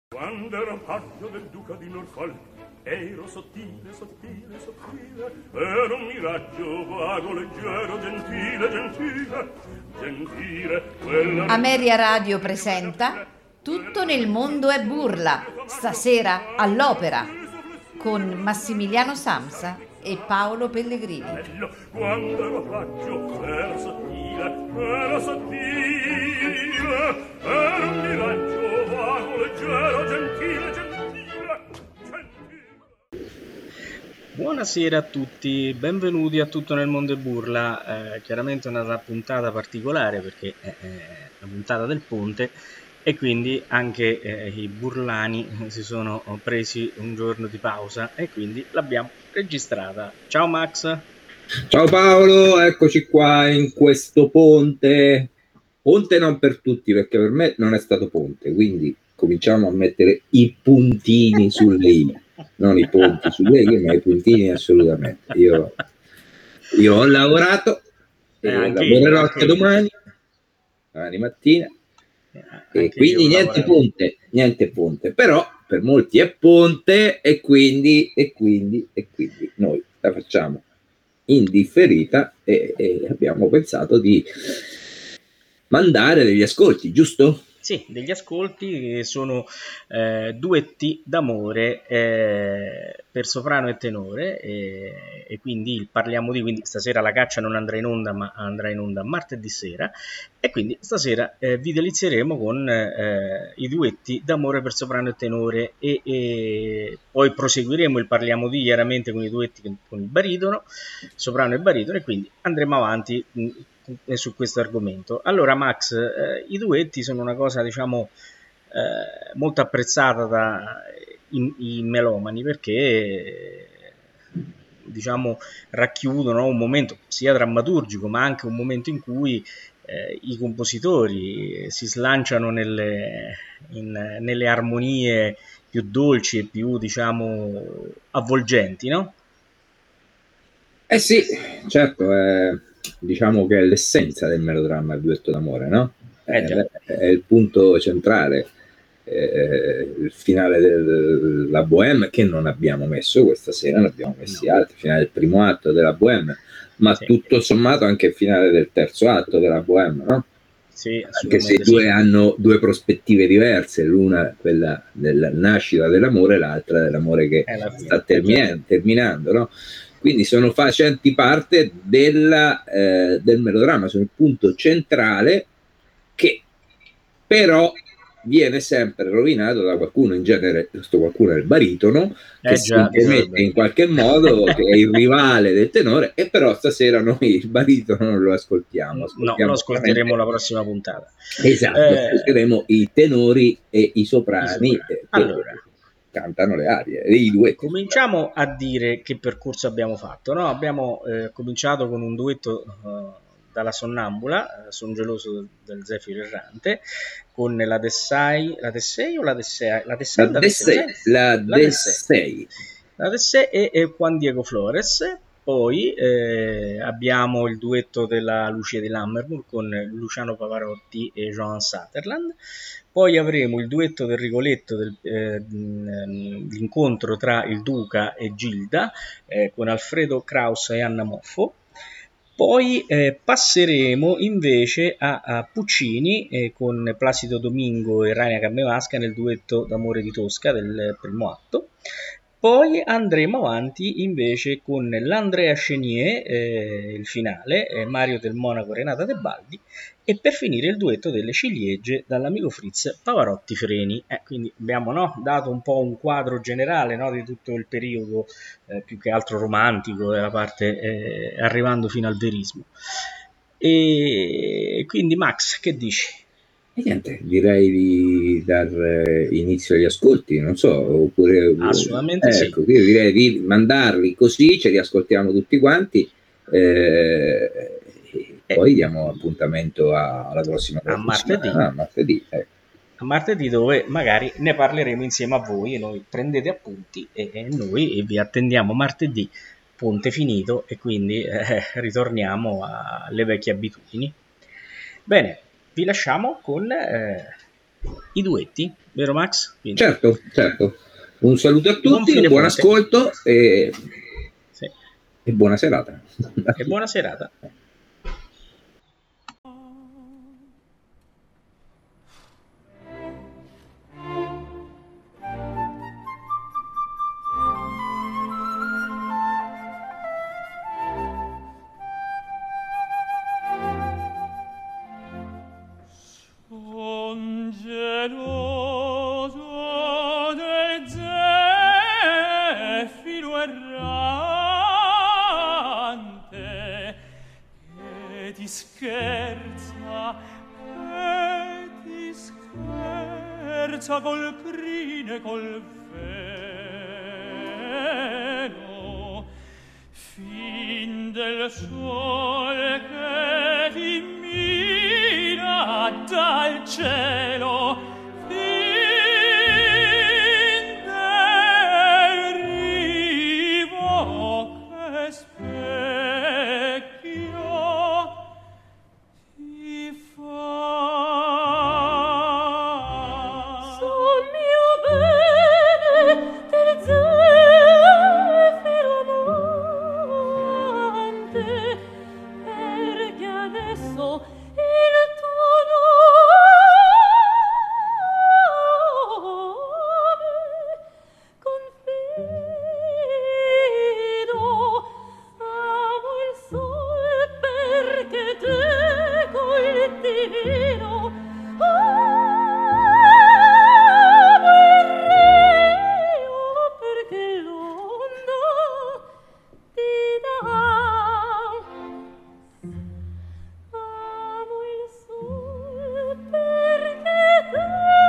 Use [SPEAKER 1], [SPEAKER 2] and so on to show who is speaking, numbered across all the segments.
[SPEAKER 1] Quando ero paggio del duca di Norfolk, ero sottile, sottile, sottile, ero un miraggio vago, leggero, gentile, gentile, gentile.
[SPEAKER 2] Ameria Radio presenta Tutto nel mondo è burla, stasera all'Opera, con Massimiliano Samsa e Paolo Pellegrini.
[SPEAKER 1] Quando ero paggio, ero sottile, ero un miraggio vago, leggero, gentile, gentile, gentile.
[SPEAKER 3] Buonasera a tutti, benvenuti a Tutto nel mondo è burla. Chiaramente una puntata particolare perché è la puntata del ponte e quindi anche i burlani si sono presi un giorno di pausa e quindi l'abbiamo registrata. Ciao Max.
[SPEAKER 4] Ciao Paolo, eccoci qua in questo ponte non per tutti, perché per me non è stato ponte, quindi cominciamo a mettere i puntini sulle i, non i ponti sulle i, ma i puntini assolutamente. Io ho lavorato e lavorerò anche domani mattina, e quindi niente ponte, però per molti è ponte e quindi noi la facciamo indifferita e abbiamo pensato di mandare degli ascolti, giusto?
[SPEAKER 3] Sì, degli ascolti che sono duetti d'amore per soprano e tenore e quindi parliamo di, quindi stasera la caccia non andrà in onda ma andrà in onda martedì sera e quindi stasera vi delizieremo con i duetti d'amore per soprano e tenore e poi proseguiremo il parliamo di chiaramente con i duetti con il baritono, soprano e baritono e quindi andremo avanti su questo argomento. Allora Max, i duetti sono una cosa diciamo molto apprezzata dai melomani perché diciamo racchiudono un momento sia drammaturgico ma anche un momento in cui i compositori si slanciano nelle armonie più dolci e più diciamo avvolgenti, no?
[SPEAKER 4] Sì, certo, diciamo che è l'essenza del melodramma il duetto d'amore, no? È il punto centrale, il finale della Bohème che non abbiamo messo questa sera, ne abbiamo messi altri, il finale del primo atto della Bohème, ma sì, tutto sommato anche il finale del terzo atto della Bohème, no?
[SPEAKER 3] Sì,
[SPEAKER 4] anche se i due hanno due prospettive diverse, l'una quella della nascita dell'amore, l'altra dell'amore che sta terminando, no? Quindi sono facenti parte del melodramma, sono il punto centrale che però viene sempre rovinato da qualcuno, in genere questo qualcuno è il baritono, che si intromette in qualche modo, che è il rivale del tenore, e però stasera noi il baritono non lo ascoltiamo.
[SPEAKER 3] No, lo ascolteremo la prossima puntata.
[SPEAKER 4] Esatto, ascolteremo i tenori e i soprani che
[SPEAKER 3] allora
[SPEAKER 4] cantano le arie, i duetti.
[SPEAKER 3] Cominciamo a dire che percorso abbiamo fatto, no? Abbiamo cominciato con un duetto dalla Sonnambula, Son geloso del Zefiro errante, con la Dessai o la Dessai? La Dessai e Juan Diego Flores. Poi abbiamo il duetto della Lucia di Lammermoor con Luciano Pavarotti e Joan Sutherland. Poi avremo il duetto del Rigoletto, l'incontro tra il Duca e Gilda con Alfredo Kraus e Anna Moffo. Poi passeremo invece a Puccini con Placido Domingo e Raina Carnevasca nel duetto d'amore di Tosca del primo atto. Poi andremo avanti invece con l'Andrea Chenier, il finale, Mario del Monaco, Renata Tebaldi, e per finire il duetto delle ciliegie dall'amico Fritz Pavarotti Freni. Quindi abbiamo dato un po' un quadro generale di tutto il periodo, più che altro romantico, della parte arrivando fino al verismo. E quindi Max, che dici?
[SPEAKER 4] Niente, direi di dar inizio agli ascolti, non so, oppure
[SPEAKER 3] assolutamente sì.
[SPEAKER 4] Io direi di mandarli così, ce li ascoltiamo tutti quanti e poi diamo appuntamento alla prossima
[SPEAKER 3] martedì. A martedì, dove magari ne parleremo insieme a voi e noi prendete appunti e noi vi attendiamo martedì, ponte finito, e quindi ritorniamo alle vecchie abitudini. Bene, vi lasciamo con i duetti, vero Max? Quindi,
[SPEAKER 4] Certo. Un saluto a tutti,
[SPEAKER 3] Gonfie le
[SPEAKER 4] buon
[SPEAKER 3] fonte.
[SPEAKER 4] ascolto e
[SPEAKER 3] Sì.
[SPEAKER 4] buona serata.
[SPEAKER 3] E buona serata.
[SPEAKER 5] Son geloso del zeffiro errante che ti scherza col crine col veno, fin del sole che ti mira dal cielo, fin del rivo che specchio ti fa. Son mio bene del zeffiro amante, perché adesso il tuo nome confido. Amo il sole perché te coltivino. Amo il rio perché l'onda ti dà. Amo il sole perché te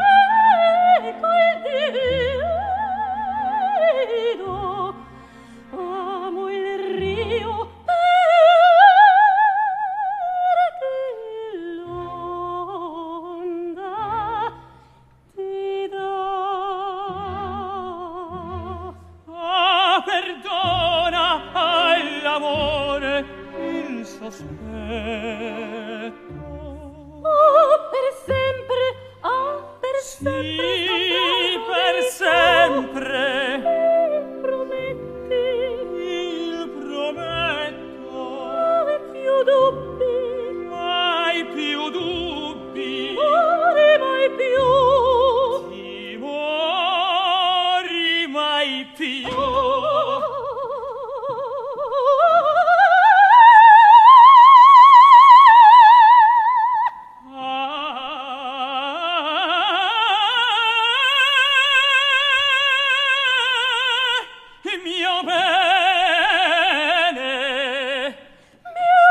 [SPEAKER 5] coltivino. Amo il rio perché l'onda ti dà. Ah, perdona all'amore il sospetto. Oh, per sempre, per sempre. Sì, per sempre. Il prometto. Mai più dubbi. Mai più. Timori mai più. Mio bene, mio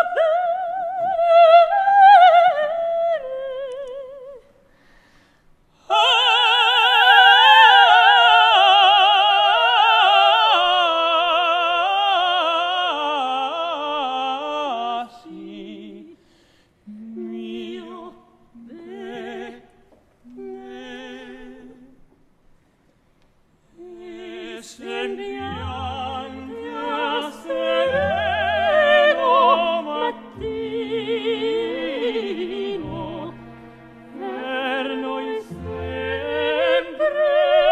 [SPEAKER 5] bene. Sì, mio bene. E sembiante a sereno mattino, per noi sempre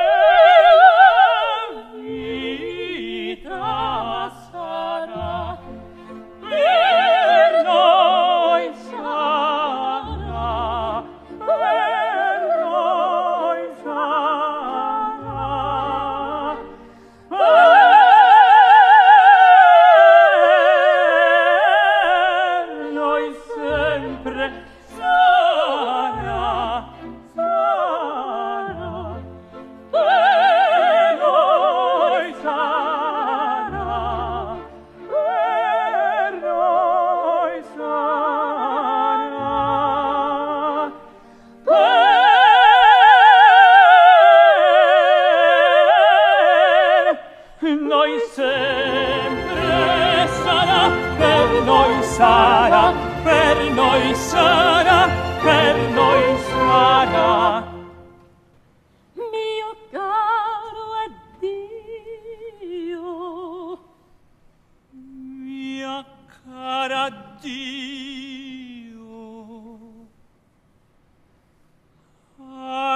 [SPEAKER 5] la vita sarà, per noi sarà, per noi sarà. Noi sempre sarà, sarà, per noi sarà, per noi sarà, per noi sempre sarà, per noi sarà, per noi sarà, per noi sarà. Mio caro addio, mia cara addio.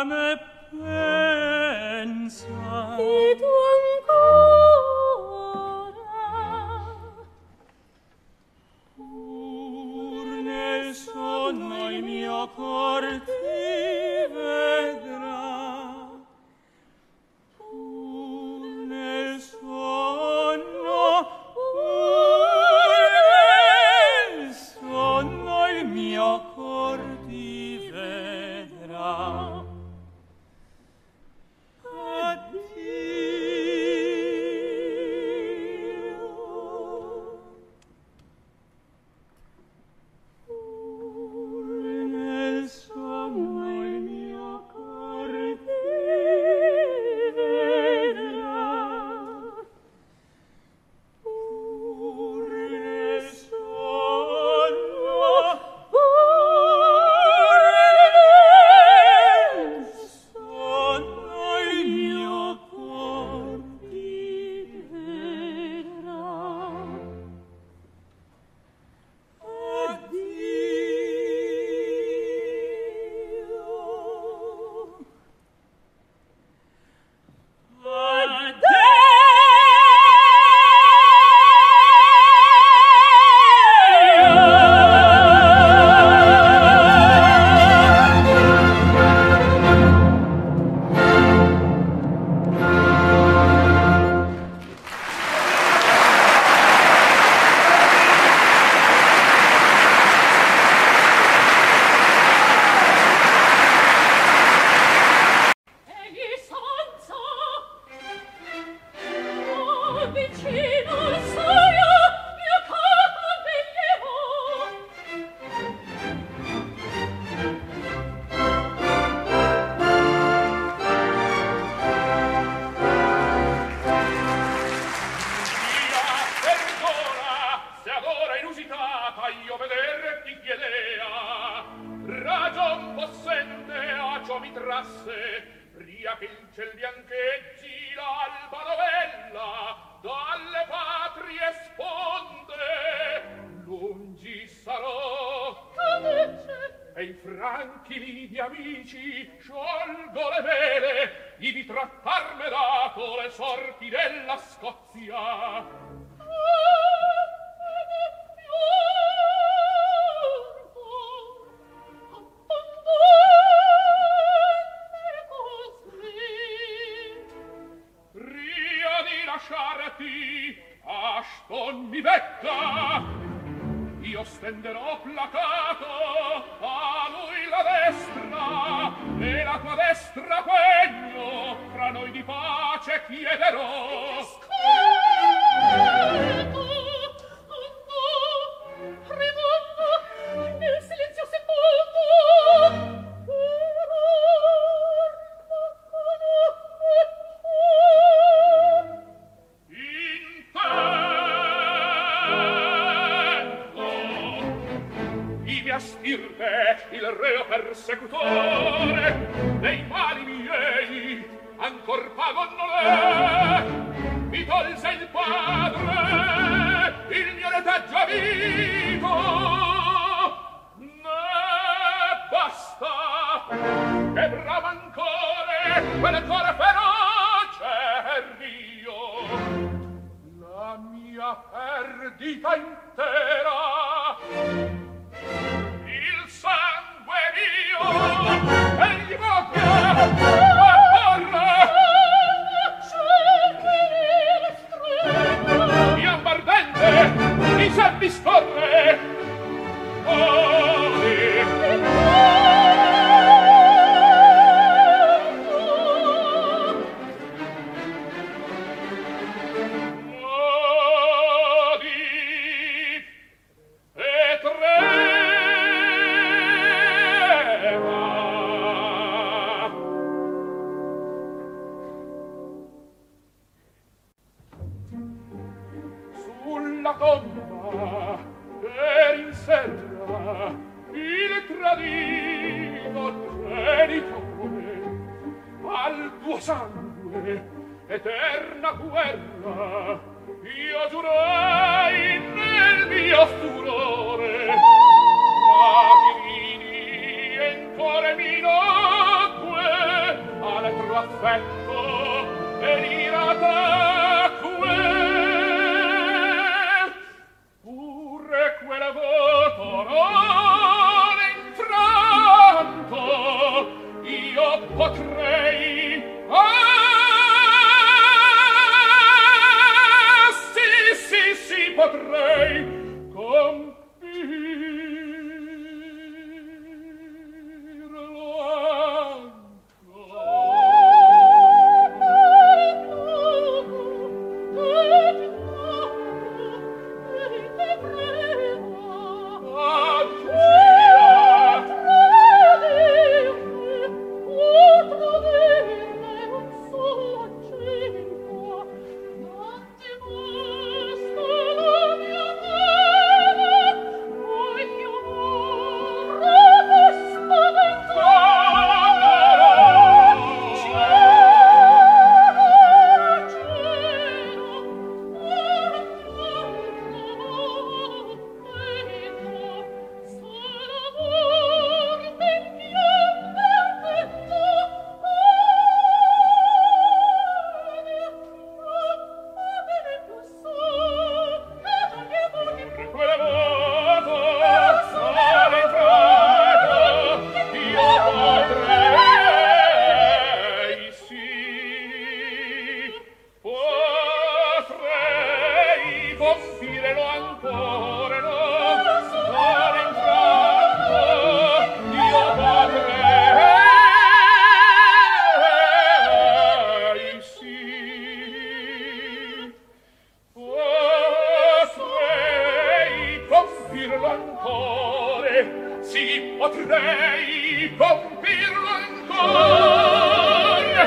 [SPEAKER 1] potrei compirlo ancora.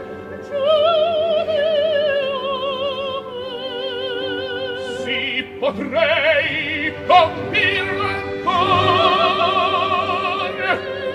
[SPEAKER 1] Sì, potrei compirlo ancora.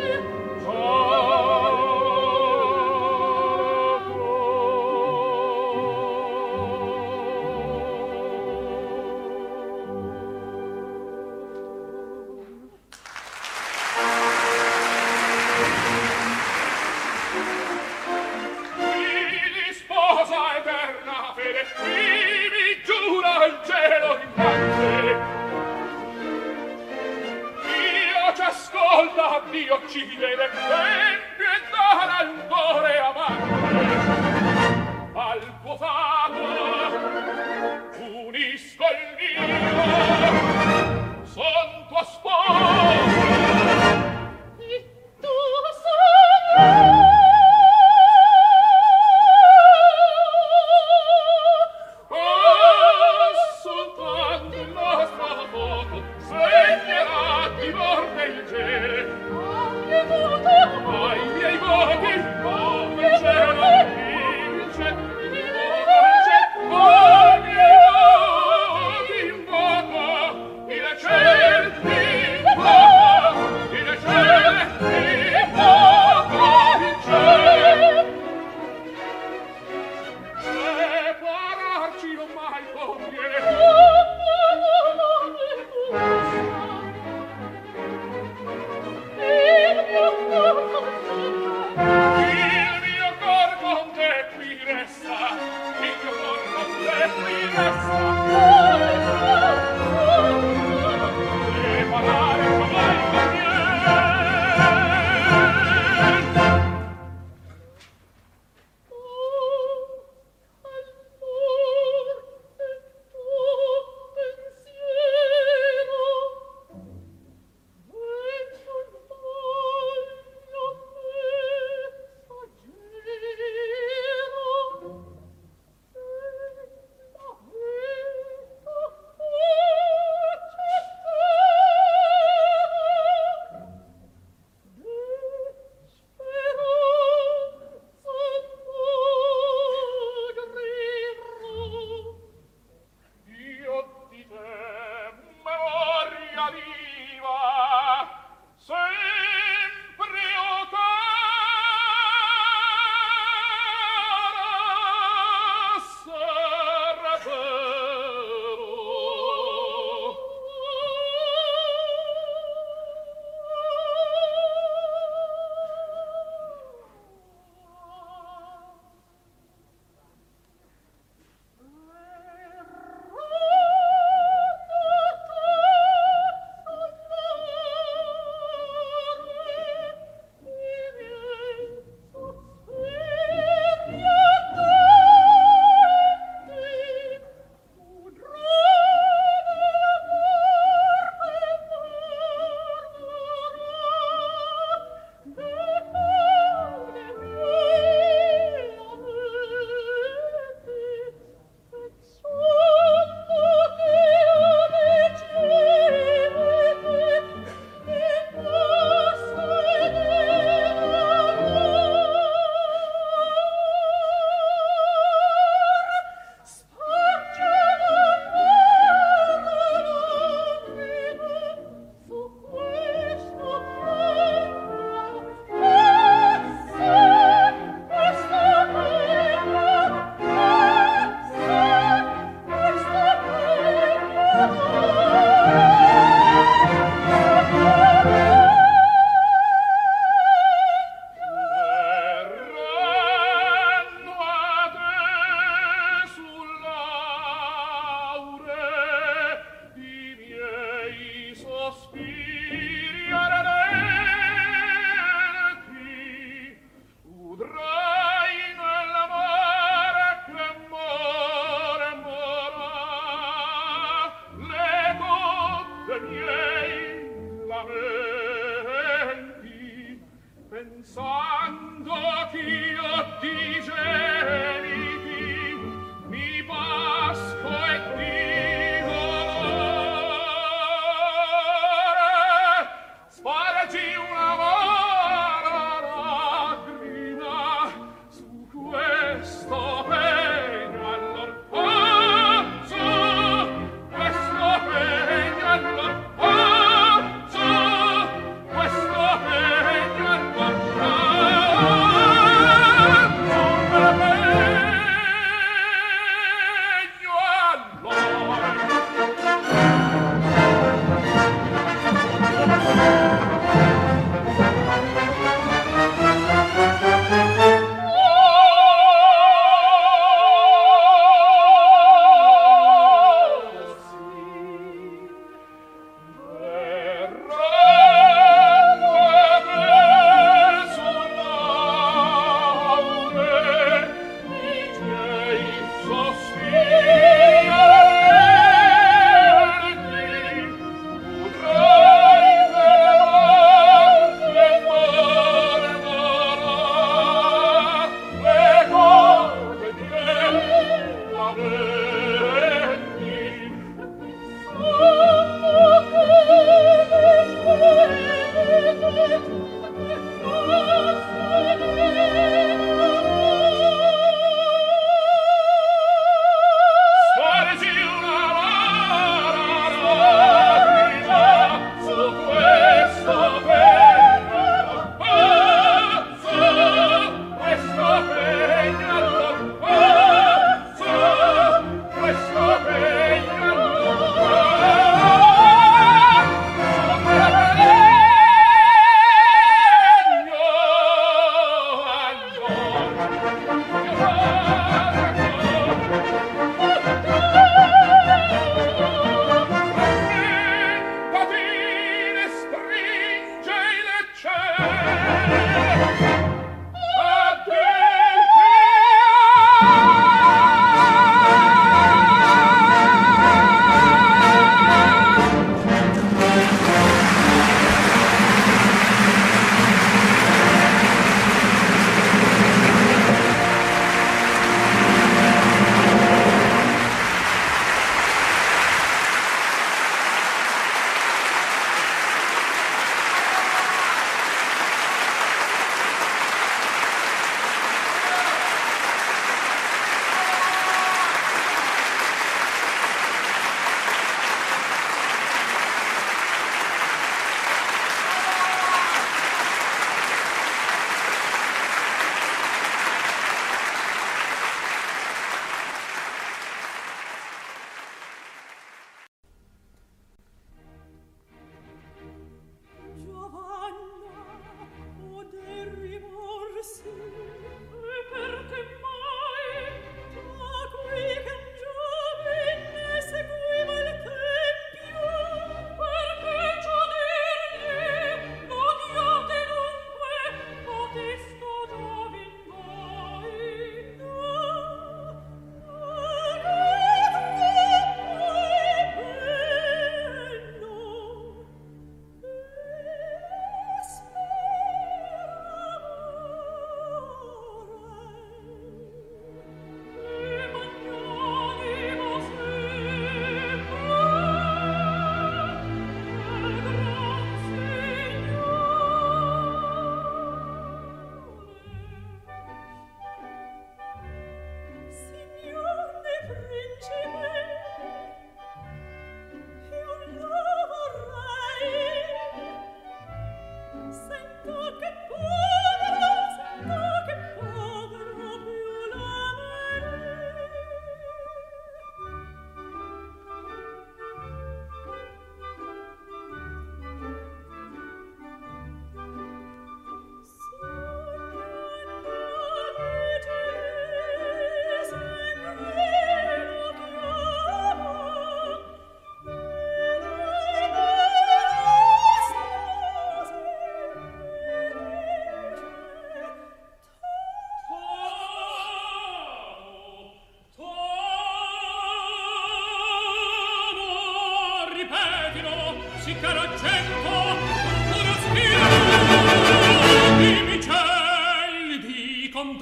[SPEAKER 1] Dio ci vede e pietare al cuore amante al tuo fato unisco il mio son tuo sposo e tu soltanto il nostro voto segnerà di morte il gelo. Ai miei voti, il cielo vince, ai miei voti invoco, il cielo invoco, il cielo invoco, il cielo. Separarci non mai conviene. Il mio cor con te qui resta, il mio cor con te qui resta. Separare mai conviene.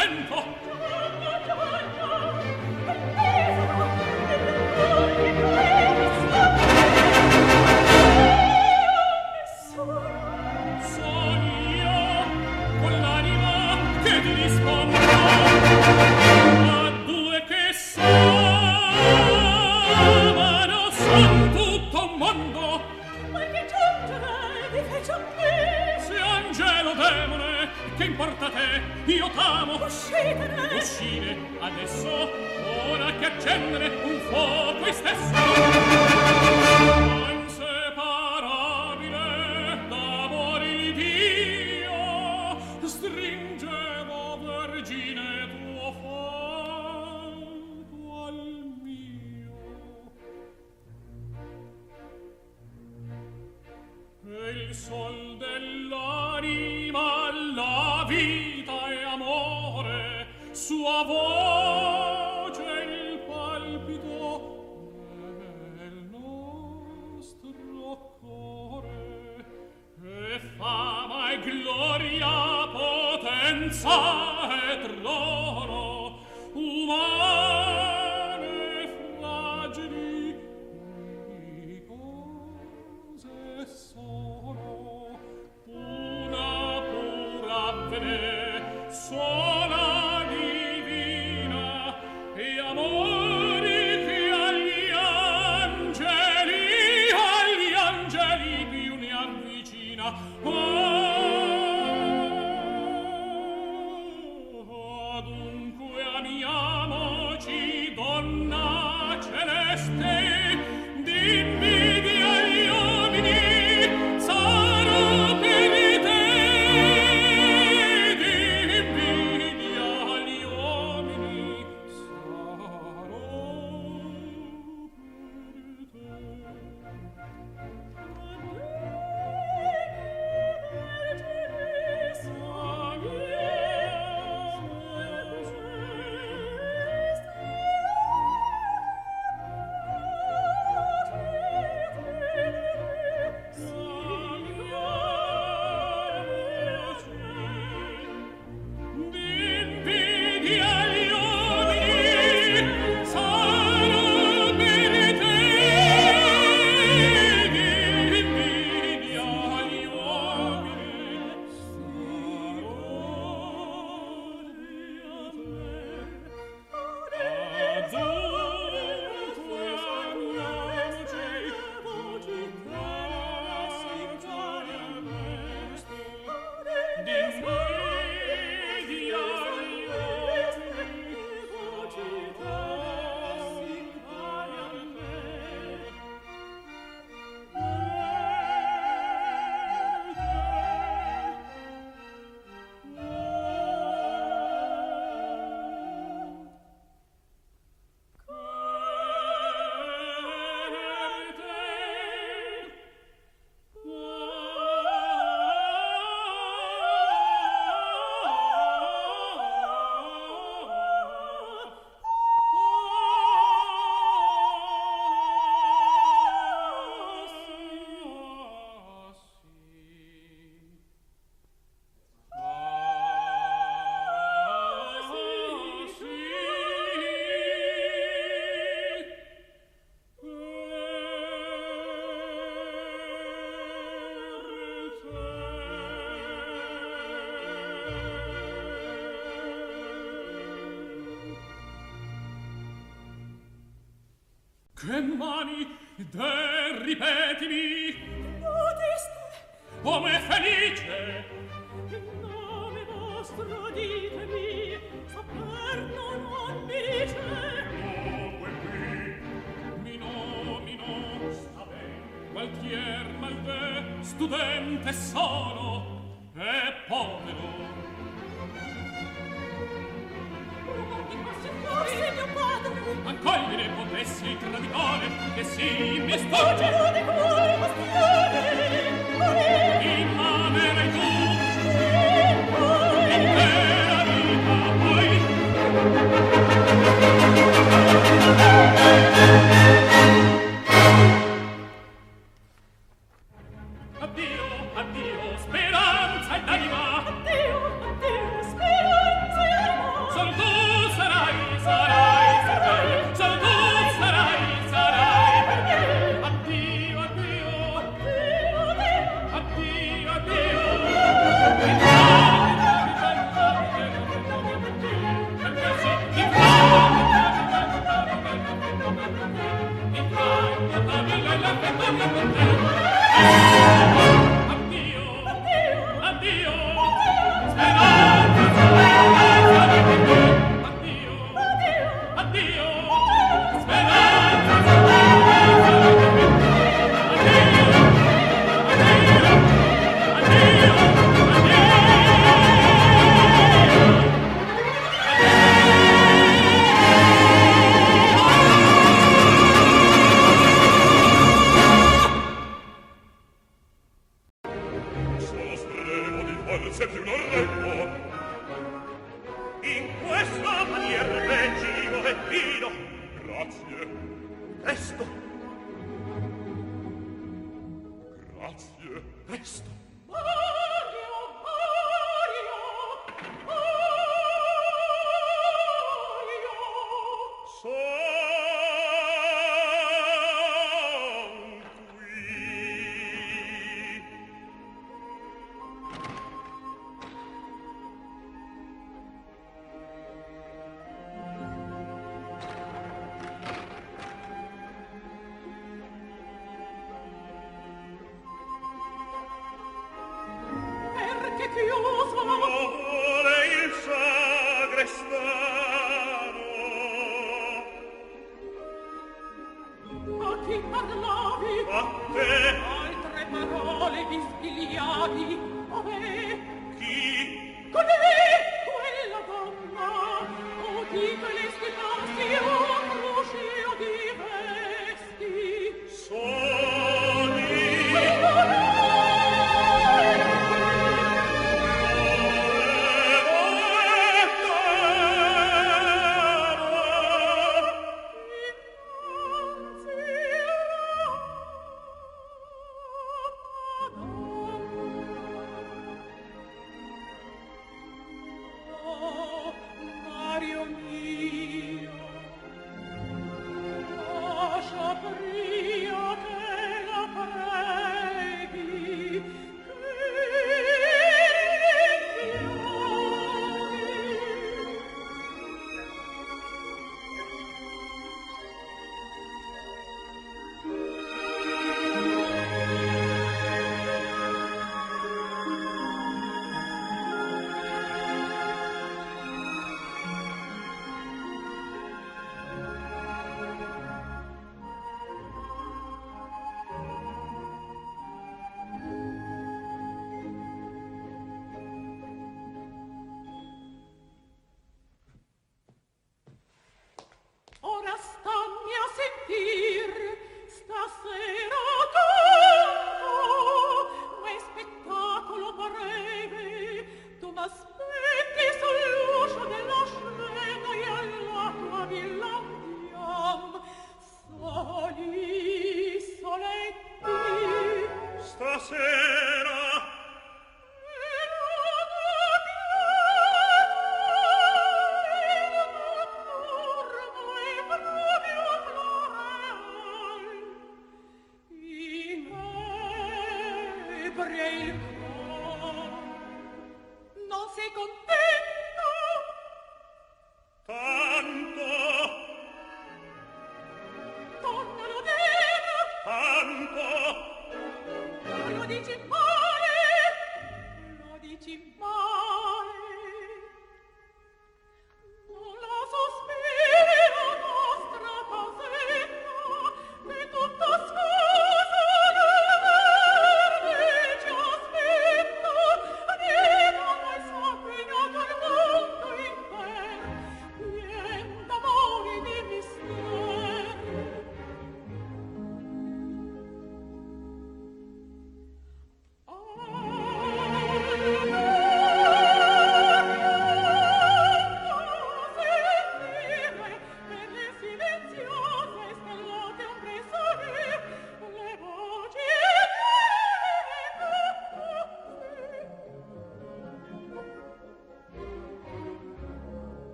[SPEAKER 5] vento. Sono io con l'anima che ti rispondo a due che s'amano, son tutto un mondo.
[SPEAKER 6] Ma che giungere vi fece a me?
[SPEAKER 5] Se angelo demone, che importa a te? Io t'amo.
[SPEAKER 6] Uscitene.
[SPEAKER 5] Uscire adesso, ora che accendere un fuoco stesso. Inseparabile d'amore il Dio, stringevo vergine tuo fatto al mio. E il sol dell'anima, la vita e amore, sua voce il palpito del nostro cuore, e fama e gloria, potenza e trono, umane e fragili cose sono, una pura vene sola divina, e amori che agli angeli più ne avvicina. Dunque amiamoci, donna celeste, d'invidia agli uomini sarò per te, d'invidia agli uomini sarò Che mani, ripetimi.
[SPEAKER 6] Udiste.
[SPEAKER 5] Come felice.
[SPEAKER 6] Il nome vostro ditemi, Saperno non mi dice.
[SPEAKER 1] Dunque qui.
[SPEAKER 5] Mino, sta ben. Gualtier Malde, studente sono, e povero.
[SPEAKER 6] Forse mio padre.
[SPEAKER 5] Accogliere potessi tradimone, che si mi
[SPEAKER 6] Oggi
[SPEAKER 5] stogge.
[SPEAKER 6] lo di cuore bastione.
[SPEAKER 5] Immanerai tu, intera vita poi. Addio, addio, speranza ed anima.
[SPEAKER 6] Addio, addio, speranza e anima.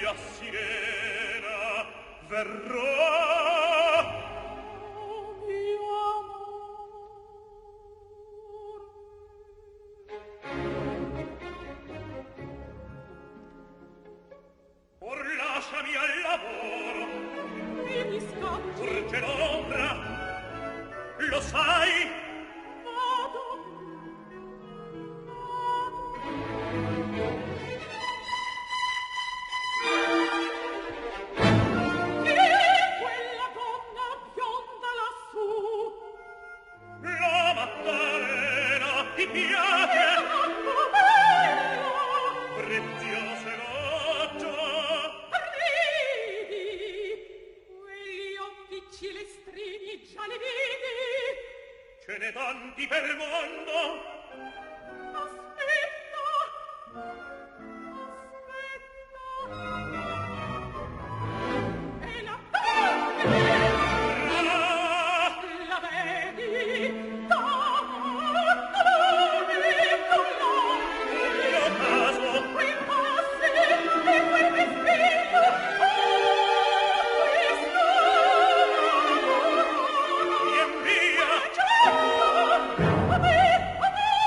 [SPEAKER 1] mia sirena verrò. Or lasciami al lavoro,
[SPEAKER 6] mi scappo,
[SPEAKER 1] urge l'ombra, lo sai?
[SPEAKER 6] vado. E quella donna bionda lassù,
[SPEAKER 1] La Maddalena ti piace?
[SPEAKER 6] troppo bella,
[SPEAKER 1] Preziosa loggia,
[SPEAKER 6] ridi, quegli occhi cilestrini già li vedi.
[SPEAKER 1] ce n'è tanti per il mondo.
[SPEAKER 6] Aspetta, aspetta. E la la vedi?
[SPEAKER 1] Io caso,
[SPEAKER 6] Quei passi e quel vestito, questo
[SPEAKER 1] vien via,
[SPEAKER 6] certo, a me,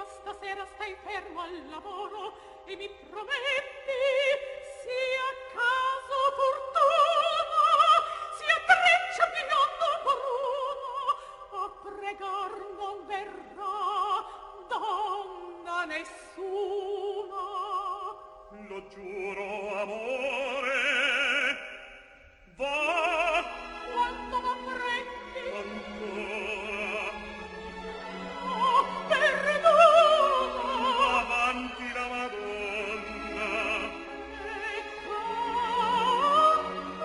[SPEAKER 6] stasera stai fermo al lavoro e mi prometti, sia caso fortuna, sia treccia biondo corona, a pregar non verrà donna nessuna.
[SPEAKER 1] Lo giuro, amore, va
[SPEAKER 6] Quanto m'apprendi?
[SPEAKER 1] ancora.
[SPEAKER 6] Oh, perdona!
[SPEAKER 1] Avanti la Madonna.
[SPEAKER 6] E quando?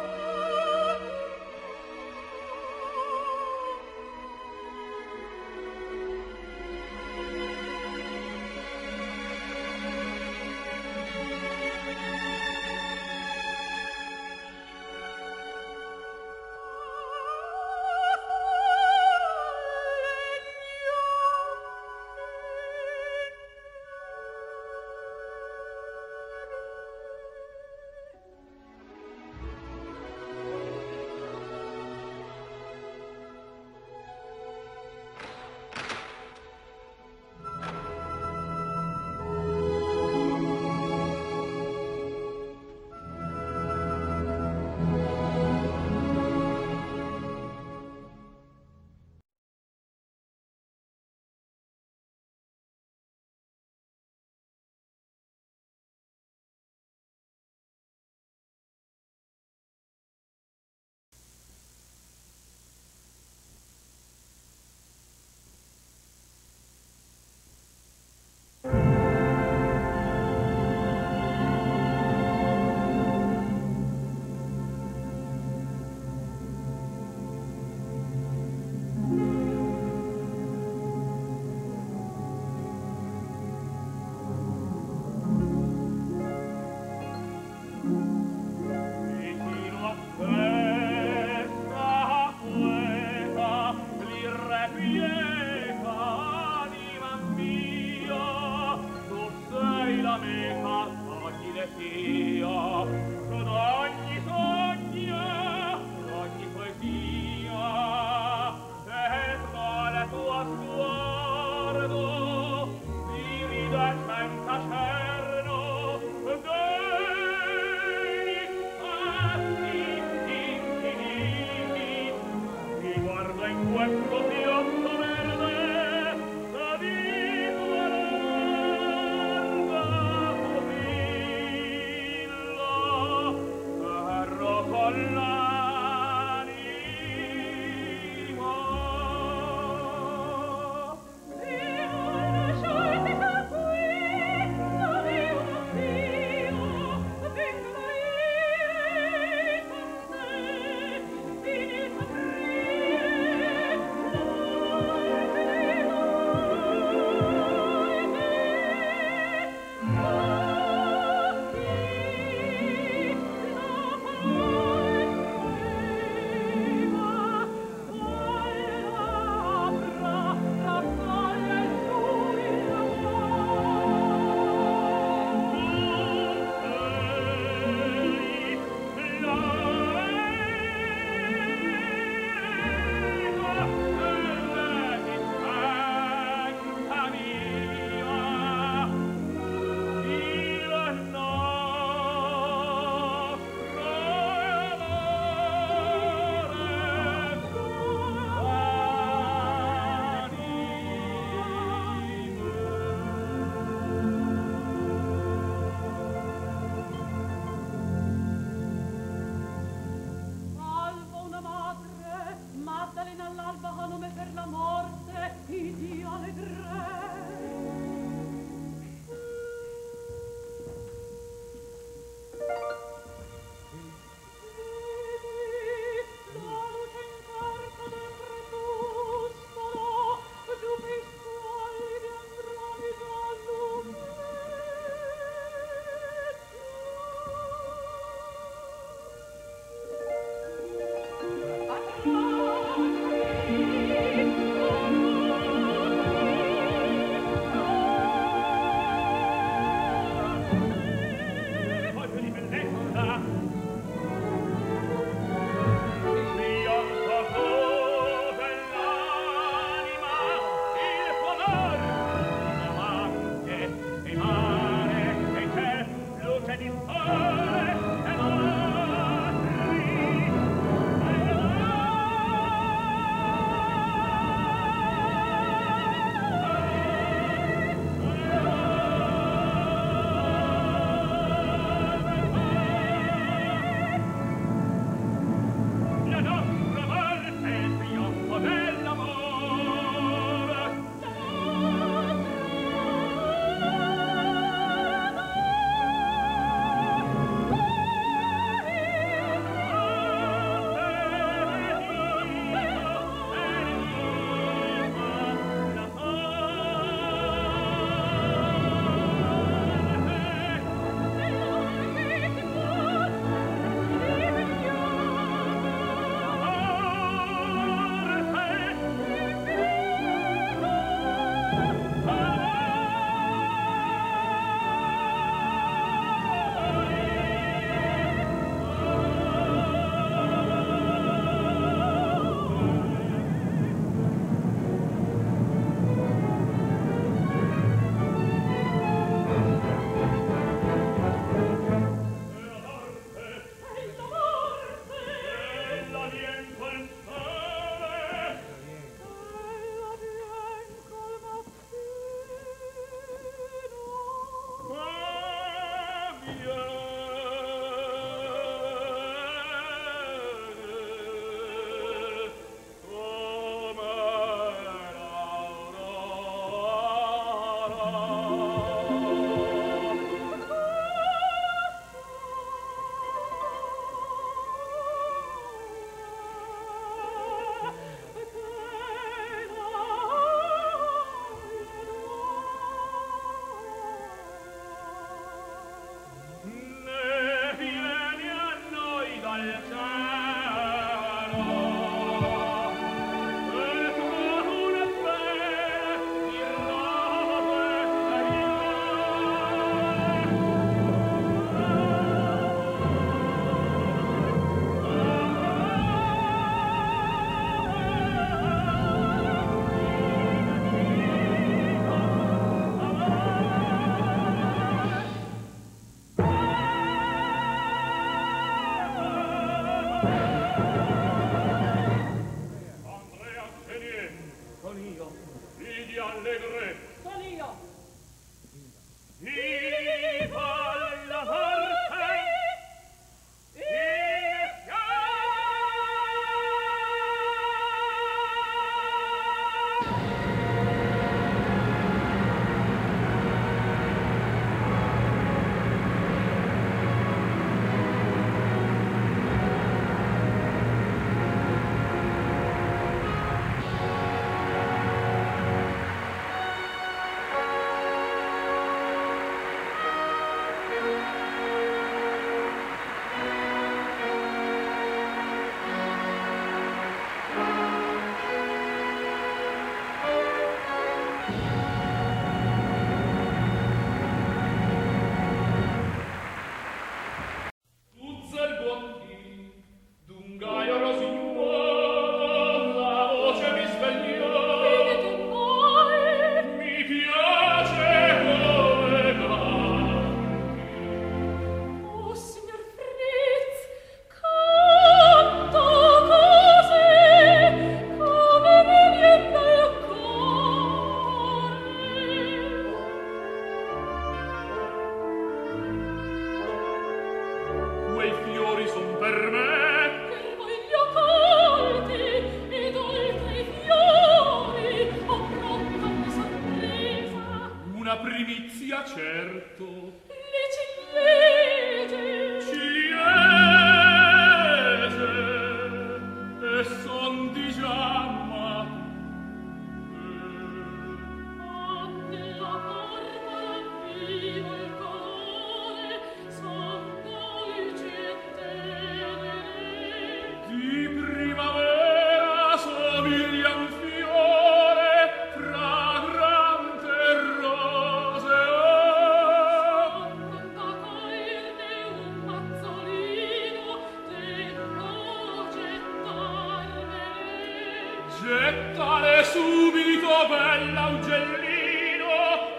[SPEAKER 1] Gettale subito, bella uccellino,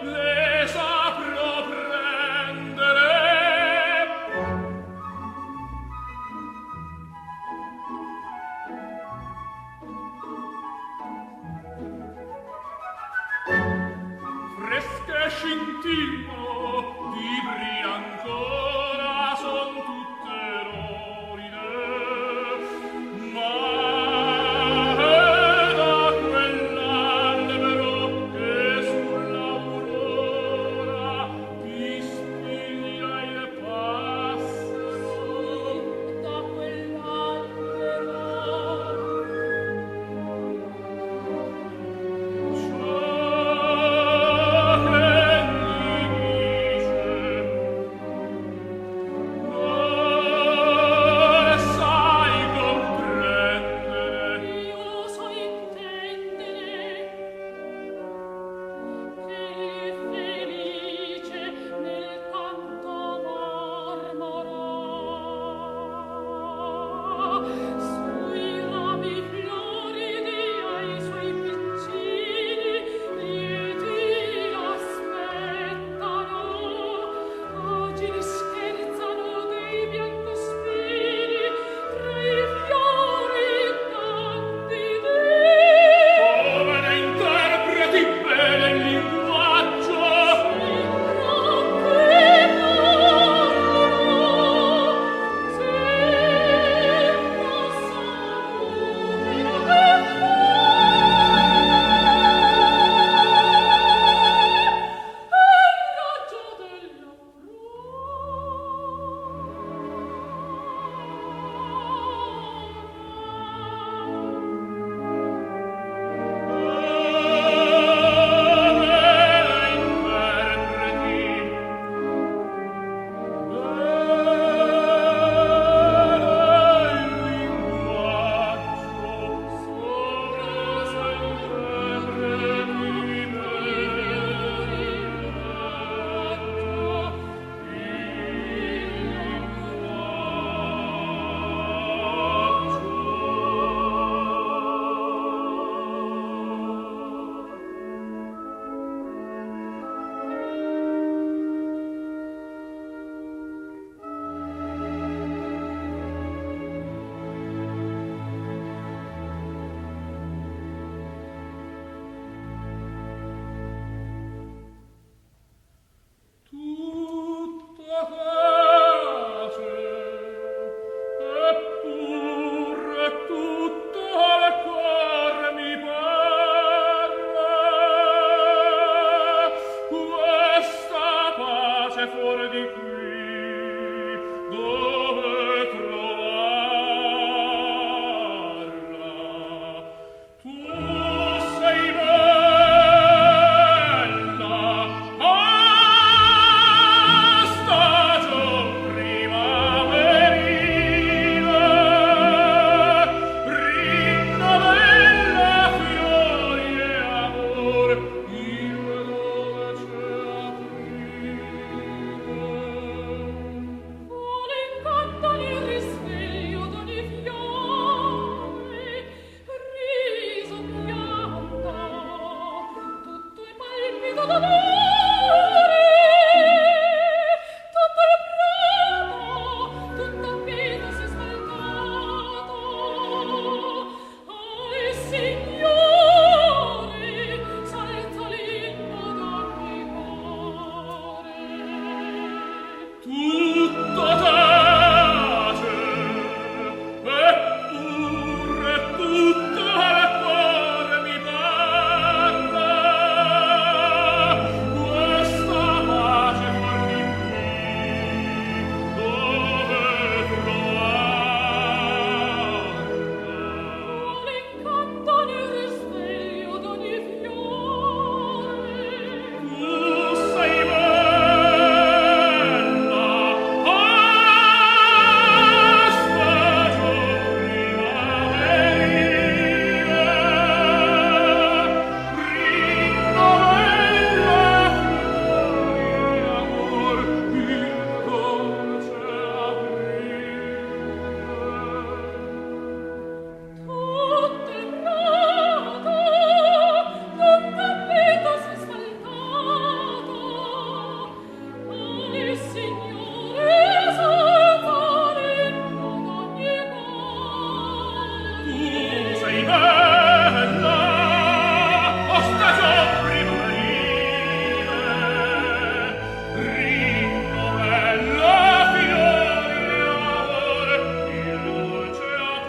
[SPEAKER 1] le saprò prendere. Fresche scintillano, vibri ancora, son tutte loride, ma sei bella, o stagion primaverile, rinno bella, fiori di amore, il dolce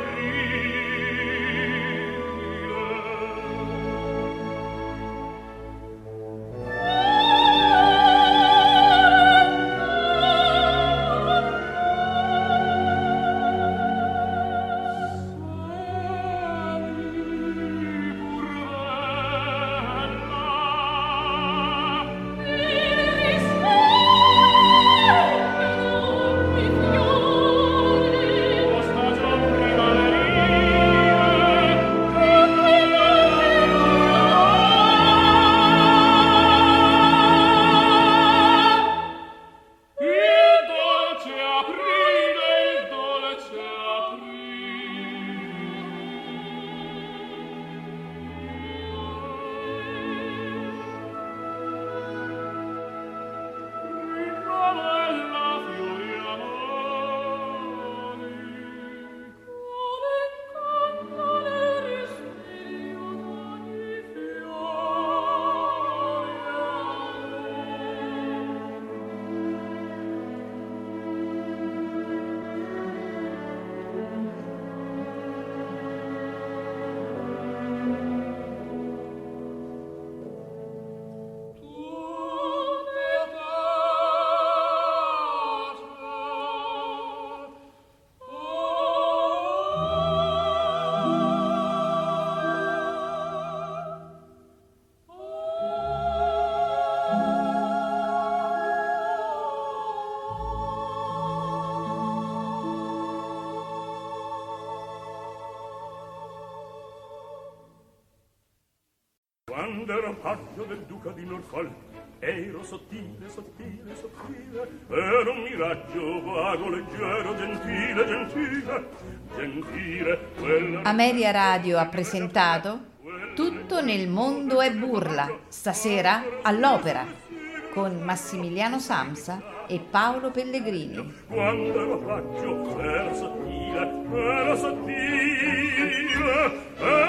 [SPEAKER 1] Quando ero paggio del duca di Norfolk, ero sottile, sottile, sottile, ero un miraggio vago, leggero, gentile, gentile, gentile, quella...
[SPEAKER 2] Ameria Radio ha presentato Tutto nel mondo è burla, stasera all'Opera, con Massimiliano Samsa e Paolo Pellegrini.
[SPEAKER 1] Quando ero paggio, ero sottile,